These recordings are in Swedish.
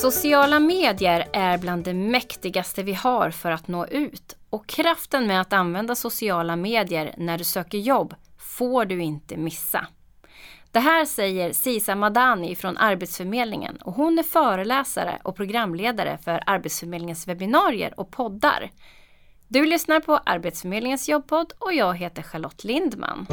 Sociala medier är bland det mäktigaste vi har för att nå ut. Och kraften med att använda sociala medier när du söker jobb får du inte missa. Det här säger Sisa Madani från Arbetsförmedlingen och hon är föreläsare och programledare för Arbetsförmedlingens webbinarier och poddar. Du lyssnar på Arbetsförmedlingens jobbpodd och jag heter Charlotte Lindman.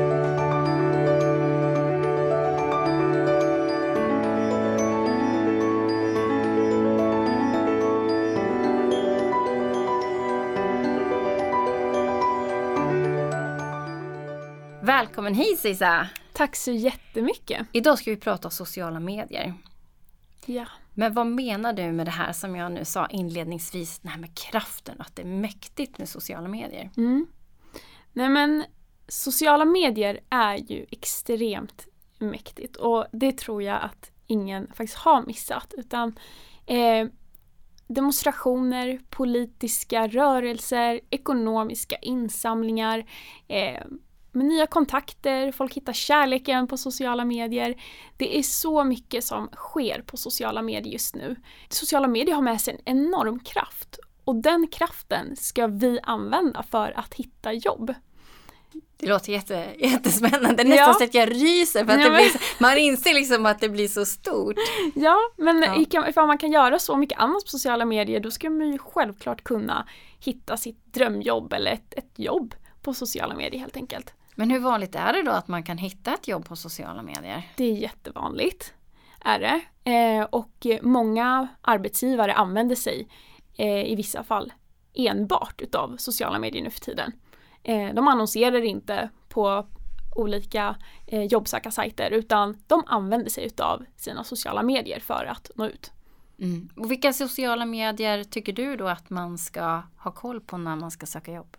Välkommen hit Sisa! Tack så jättemycket. Idag ska vi prata om sociala medier. Ja. Men vad menar du med det här som jag nu sa inledningsvis, det här med kraften, att det är mäktigt med sociala medier? Nej men, sociala medier är ju extremt mäktigt och det tror jag att ingen faktiskt har missat. Utan demonstrationer, politiska rörelser, ekonomiska insamlingar, med nya kontakter, folk hittar kärleken på sociala medier. Det är så mycket som sker på sociala medier just nu. Sociala medier har med sig en enorm kraft och den kraften ska vi använda för att hitta jobb. Det låter jättespännande. Nästan så att jag ryser för att det blir, man inser liksom att det blir så stort. Ja, men ifall man kan göra så mycket annat på sociala medier, då ska man ju självklart kunna hitta sitt drömjobb eller ett jobb på sociala medier helt enkelt. Men hur vanligt är det då att man kan hitta ett jobb på sociala medier? Det är jättevanligt, är det. Och många arbetsgivare använder sig i vissa fall enbart utav sociala medier nu för tiden. De annonserar inte på olika jobbsökarsajter utan de använder sig utav sina sociala medier för att nå ut. Och vilka sociala medier tycker du då att man ska ha koll på när man ska söka jobb?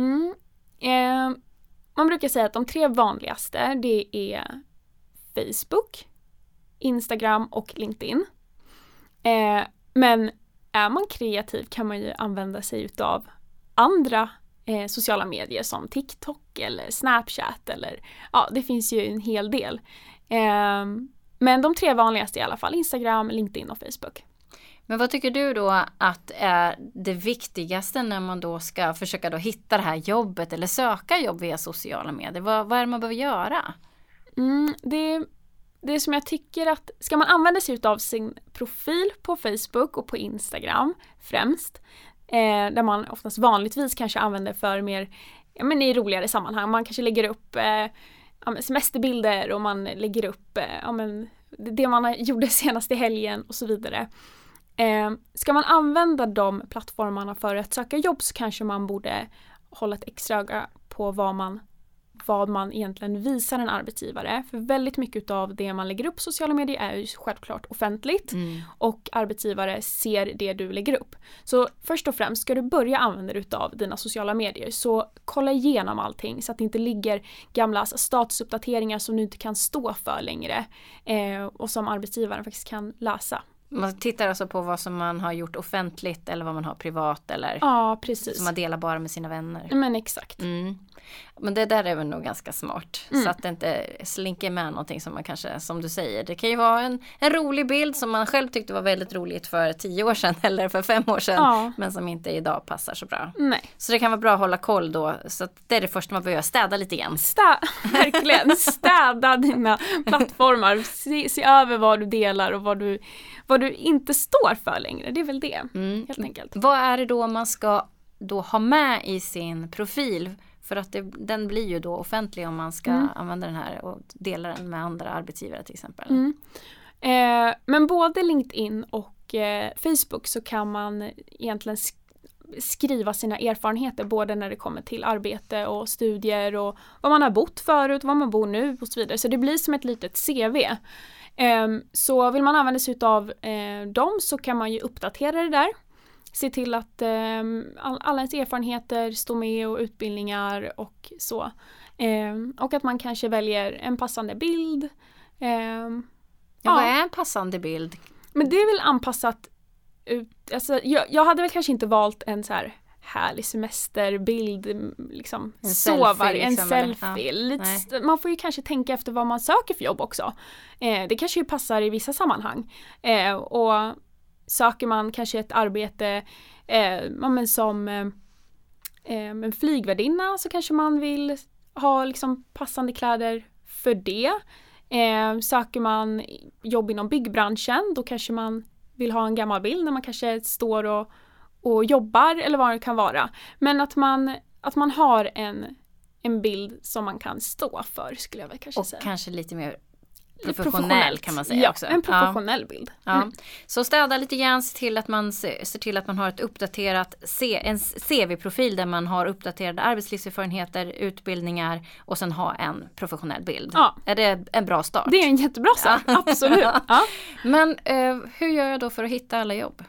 Man brukar säga att de 3 vanligaste det är Facebook, Instagram och LinkedIn. Men är man kreativ kan man ju använda sig utav andra sociala medier som TikTok eller Snapchat eller det finns ju en hel del. Men de 3 vanligaste är i alla fall Instagram, LinkedIn och Facebook. Men vad tycker du då att är det viktigaste när man då ska försöka då hitta det här jobbet eller söka jobb via sociala medier? Vad är det man behöver göra? Det som jag tycker att ska man använda sig av sin profil på Facebook och på Instagram främst, där man oftast vanligtvis kanske använder för mer i roligare sammanhang. Man kanske lägger upp semesterbilder och man lägger upp det man gjorde senast i helgen och så vidare. Ska man använda de plattformarna för att söka jobb så kanske man borde hålla ett extra öga på vad man egentligen visar en arbetsgivare. För väldigt mycket av det man lägger upp på sociala medier är ju självklart offentligt och arbetsgivare ser det du lägger upp. Så först och främst ska du börja använda dig av dina sociala medier så kolla igenom allting så att det inte ligger gamla statusuppdateringar som du inte kan stå för längre och som arbetsgivaren faktiskt kan läsa. Man tittar alltså på vad som man har gjort offentligt eller vad man har privat eller precis. Som man delar bara med sina vänner. Men exakt. Men det där är väl nog ganska smart. Så att det inte slinker med någonting som man kanske, som du säger. Det kan ju vara en rolig bild som man själv tyckte var väldigt roligt för 10 år sedan eller för 5 år sedan. Men som inte idag passar så bra. Nej. Så det kan vara bra att hålla koll då. Så att det är det första man behöver städa lite igen. Verkligen. Städa dina plattformar. Se över vad du delar och vad du inte står för längre. Det är väl det, helt enkelt. Vad är det då man ska då ha med i sin profil? För att den blir ju då offentlig om man ska använda den här och dela den med andra arbetsgivare till exempel. Men både LinkedIn och Facebook så kan man egentligen skriva sina erfarenheter både när det kommer till arbete och studier och vad man har bott förut, vad man bor nu och så vidare. Så det blir som ett litet CV. Så vill man använda sig av dem så kan man ju uppdatera det där. Se till att alla ens erfarenheter står med och utbildningar och så. Och att man kanske väljer en passande bild. Vad är en passande bild? Men det är väl anpassat ut. Alltså, jag hade väl kanske inte valt en så här härlig semesterbild, liksom en selfie. Man får ju kanske tänka efter vad man söker för jobb också. Det kanske ju passar i vissa sammanhang. Och söker man kanske ett arbete som en flygvärdinna, så kanske man vill ha liksom passande kläder för det. Söker man jobb inom byggbranschen, då kanske man vill ha en gammal bild när man kanske står och jobbar eller vad det kan vara. Men att man har en bild som man kan stå för, skulle jag väl kanske säga. Och kanske lite mer professionell kan man säga också. En professionell bild. Ja. Så städa lite grann, se till att man har ett uppdaterat en CV-profil där man har uppdaterade arbetslivserfarenheter, utbildningar och sen ha en professionell bild. Ja. Är det en bra start? Det är en jättebra start, absolut. Ja. Men hur gör jag då för att hitta alla jobb?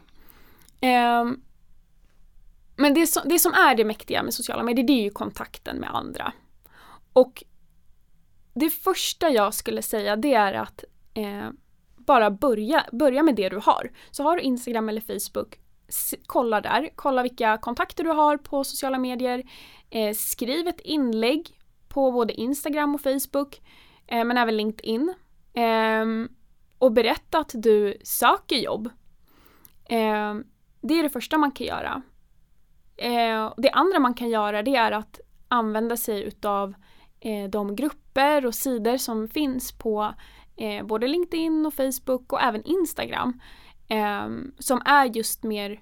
Men det som är det mäktiga med sociala medier, det är ju kontakten med andra. Och det första jag skulle säga, det är att bara börja med det du har. Så har du Instagram eller Facebook, kolla där. Kolla vilka kontakter du har på sociala medier. Skriv ett inlägg på både Instagram och Facebook, men även LinkedIn. Och berätta att du söker jobb. Det är det första man kan göra. Det andra man kan göra, det är att använda sig utav de grupper och sidor som finns på både LinkedIn och Facebook och även Instagram, som är just mer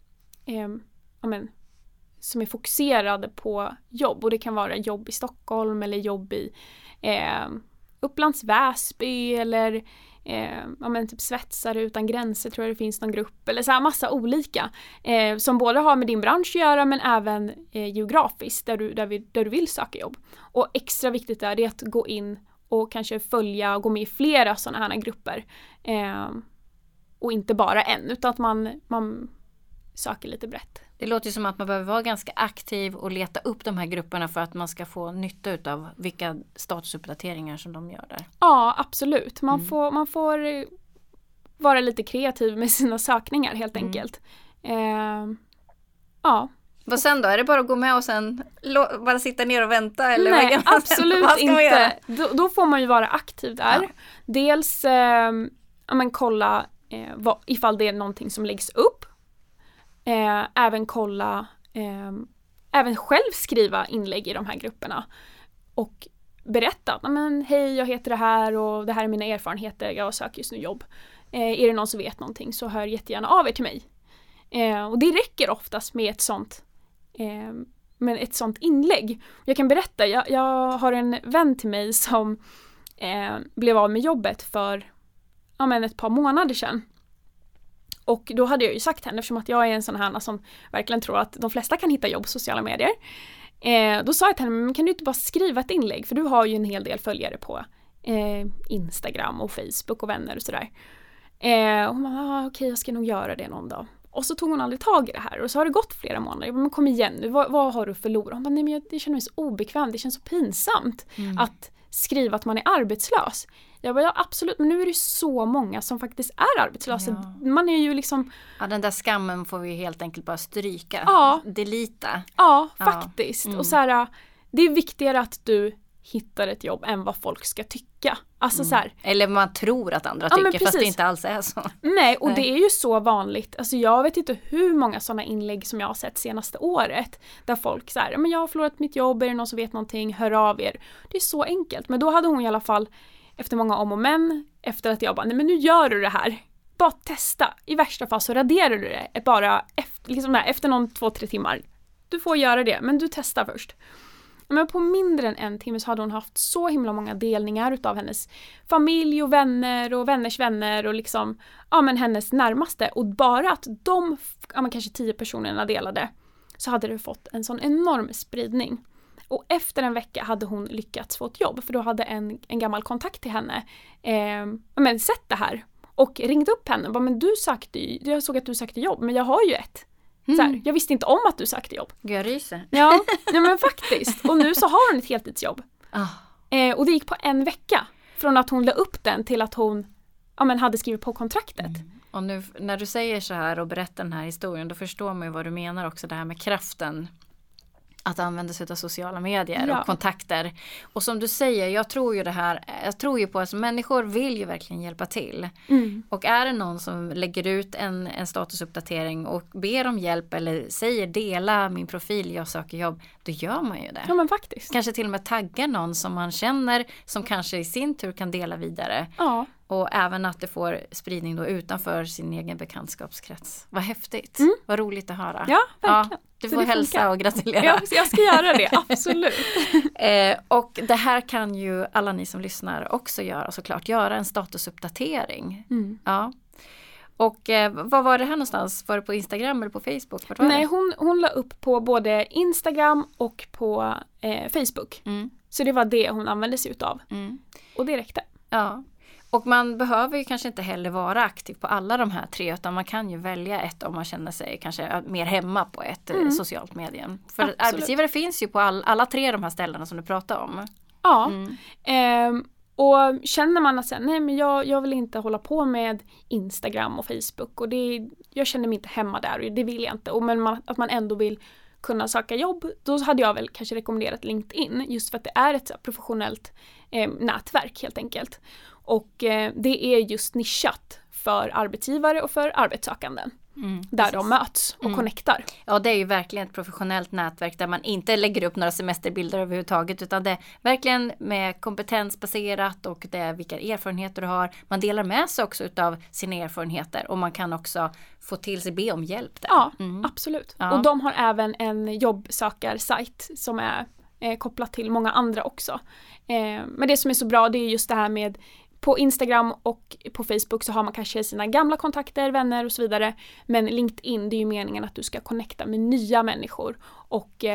som är fokuserade på jobb. Och det kan vara jobb i Stockholm eller jobb i Upplands Väsby eller typ Svetsare utan gränser, tror jag det finns någon grupp, eller så här massa olika som både har med din bransch att göra, men även geografiskt där du vill söka jobb. Och extra viktigt är det att gå in och kanske följa och gå med i flera sådana här grupper, och inte bara en, utan att man söker lite brett. Det låter ju som att man behöver vara ganska aktiv och leta upp de här grupperna för att man ska få nytta av vilka statusuppdateringar som de gör där. Ja, absolut. Man får vara lite kreativ med sina sökningar helt enkelt. Ja. Vad sen då? Är det bara att gå med och sen bara sitta ner och vänta? Eller nej, absolut inte. Då får man ju vara aktiv där. Ja. Dels kolla ifall det är någonting som läggs upp. Även kolla, även själv skriva inlägg i de här grupperna och berätta, hej, jag heter det här och det här är mina erfarenheter, jag söker just nu jobb. Är det någon som vet någonting, så hör jättegärna av er till mig. Och det räcker oftast med ett sånt inlägg. Jag kan berätta, jag har en vän till mig som blev av med jobbet för ett par månader sedan. Och då hade jag ju sagt henne, eftersom att jag är en sån här som verkligen tror att de flesta kan hitta jobb på sociala medier. Då sa jag till henne, men kan du inte bara skriva ett inlägg? För du har ju en hel del följare på Instagram och Facebook och vänner och sådär. Och hon bara, okej, jag ska nog göra det någon dag. Och så tog hon aldrig tag i det här. Och så har det gått flera månader. Men kom igen nu, vad har du förlorat? Hon bara, nej men det känns mig så obekvämt. Det känns så pinsamt att skriva att man är arbetslös. Jag bara, ja absolut, men nu är det så många som faktiskt är arbetslösa. Ja. Man är ju liksom... Ja, den där skammen får vi helt enkelt bara stryka. Ja. Delita. Ja, faktiskt. Och så här, det är viktigare att du hittar ett jobb än vad folk ska tycka. Alltså så här. Eller man tror att andra tycker, fast det inte alls är så. Nej, och det är ju så vanligt. Alltså jag vet inte hur många sådana inlägg som jag har sett senaste året. Där folk så här, men jag har förlorat mitt jobb, är det någon som vet någonting, hör av er. Det är så enkelt. Men då hade hon i alla fall, efter många om och men, efter att jag bara, nej men nu gör du det här. Bara testa. I värsta fall så raderar du det bara efter någon 2-3 timmar. Du får göra det, men du testar först. Men på mindre än en timme så hade hon haft så himla många delningar utav hennes familj och vänners vänner och liksom, hennes närmaste. Och bara att de, kanske 10 personerna delade, så hade det fått en sån enorm spridning. Och efter en vecka hade hon lyckats få ett jobb, för då hade en gammal kontakt till henne sett det här och ringde upp henne. Bara, men jag såg att du sökte jobb, men jag har ju ett. Så här, jag visste inte om att du sökte jobb. Jag ryser. Ja, men faktiskt. Och nu så har hon ett heltidsjobb. Och det gick på en vecka. Från att hon la upp den till att hon hade skrivit på kontraktet. Och nu när du säger så här och berättar den här historien, då förstår man ju vad du menar också. Det här med kraften att använda sig av sociala medier och kontakter. Och som du säger, jag tror ju på att människor vill ju verkligen hjälpa till. Och är det någon som lägger ut en statusuppdatering och ber om hjälp eller säger dela min profil, jag söker jobb, då gör man ju det. Ja, men faktiskt. Kanske till och med tagga någon som man känner som kanske i sin tur kan dela vidare. Ja. Och även att det får spridning då utanför sin egen bekantskapskrets. Vad häftigt. Vad roligt att höra. Ja, verkligen. Ja, du får hälsa och gratulera. Ja, jag ska göra det, absolut. Och det här kan ju alla ni som lyssnar också göra såklart. Göra en statusuppdatering. Ja. Och vad var det här någonstans? Var det på Instagram eller på Facebook? Vart var Nej, det? hon la upp på både Instagram och på Facebook. Så det var det hon använde sig utav. Och det räckte. Ja. Och man behöver ju kanske inte heller vara aktiv på alla de här 3, utan man kan ju välja ett om man känner sig kanske mer hemma på ett socialt medium. För absolut. Arbetsgivare finns ju på alla 3 de här ställena som du pratar om. Ja, och känner man att nej, men jag vill inte hålla på med Instagram och Facebook och jag känner mig inte hemma där och det vill jag inte. Men att man ändå vill kunna söka jobb, då hade jag väl kanske rekommenderat LinkedIn just för att det är ett professionellt nätverk helt enkelt. Och det är just nischat för arbetsgivare och för arbetssökanden. Där de möts och connectar. Ja, det är ju verkligen ett professionellt nätverk där man inte lägger upp några semesterbilder överhuvudtaget, utan det är verkligen med kompetensbaserat och det är vilka erfarenheter du har. Man delar med sig också utav sina erfarenheter och man kan också få till sig be om hjälp där. Ja, absolut. Ja. Och de har även en jobbsökarsajt som är kopplat till många andra också. Men det som är så bra, det är just det här med på Instagram och på Facebook så har man kanske sina gamla kontakter, vänner och så vidare. Men LinkedIn, det är ju meningen att du ska connecta med nya människor och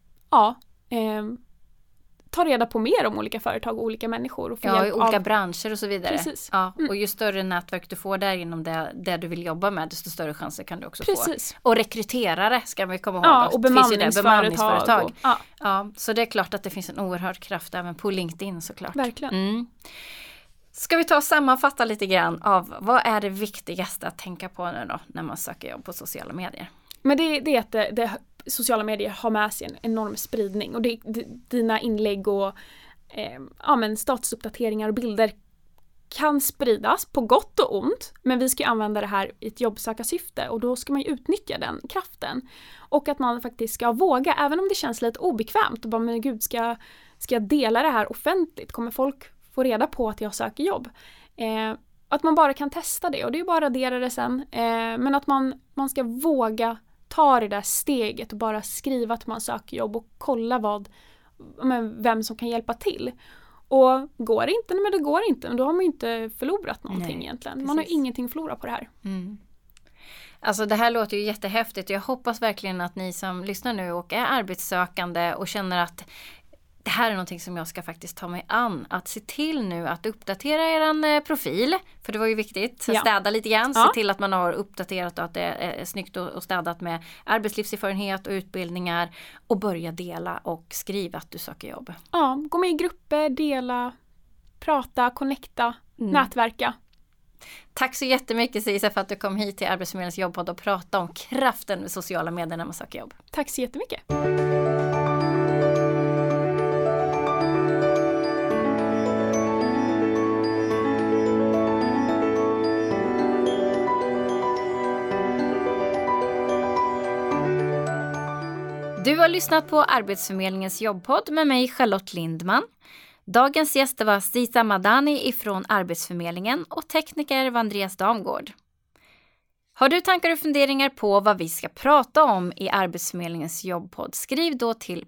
ta reda på mer om olika företag och olika människor. Och få hjälp i olika branscher och så vidare. Precis. Ja, och ju större nätverk du får där inom det du vill jobba med, desto större chanser kan du också Precis. få. Och rekryterare ska man ju komma ihåg. Ja, och bemanningsföretag. Ja, så det är klart att det finns en oerhörd kraft även på LinkedIn såklart. Verkligen. Ska vi ta och sammanfatta lite grann av vad är det viktigaste att tänka på nu då när man söker jobb på sociala medier? Men det är att det sociala medier har med sig en enorm spridning och dina inlägg och statusuppdateringar och bilder kan spridas på gott och ont, men vi ska använda det här i ett jobbsökarsyfte och då ska man ju utnyttja den kraften. Och att man faktiskt ska våga, även om det känns lite obekvämt och bara, men gud, ska jag dela det här offentligt? Kommer folk få reda på att jag söker jobb? Att man bara kan testa det och det är bara att radera det sen. Men att man ska våga ta det där steget och bara skriva att man söker jobb och kolla vem som kan hjälpa till. Och går det inte, men det går inte. Men då har man ju inte förlorat någonting egentligen. Precis. Man har ingenting att förlora på det här. Alltså det här låter ju jättehäftigt. Jag hoppas verkligen att ni som lyssnar nu och är arbetssökande och känner att det här är någonting som jag ska faktiskt ta mig an. Att se till nu att uppdatera er profil. För det var ju viktigt. Ja. Städa lite grann. Se till att man har uppdaterat och att det är snyggt och städat med arbetslivserfarenhet och utbildningar. Och börja dela och skriva att du söker jobb. Ja, gå med i grupper, dela, prata, connecta, nätverka. Tack så jättemycket Cisa för att du kom hit till Arbetsförmedlingens jobbpodd och pratade om kraften med sociala medier när man söker jobb. Tack så jättemycket. Du har lyssnat på Arbetsförmedlingens jobbpodd med mig Charlotte Lindman. Dagens gäster var Cisa Madani ifrån Arbetsförmedlingen och tekniker var Andreas Damgård. Har du tankar och funderingar på vad vi ska prata om i Arbetsförmedlingens jobbpodd, skriv då till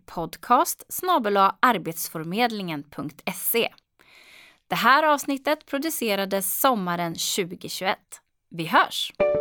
podcast@arbetsförmedlingen.se. Det här avsnittet producerades sommaren 2021. Vi hörs!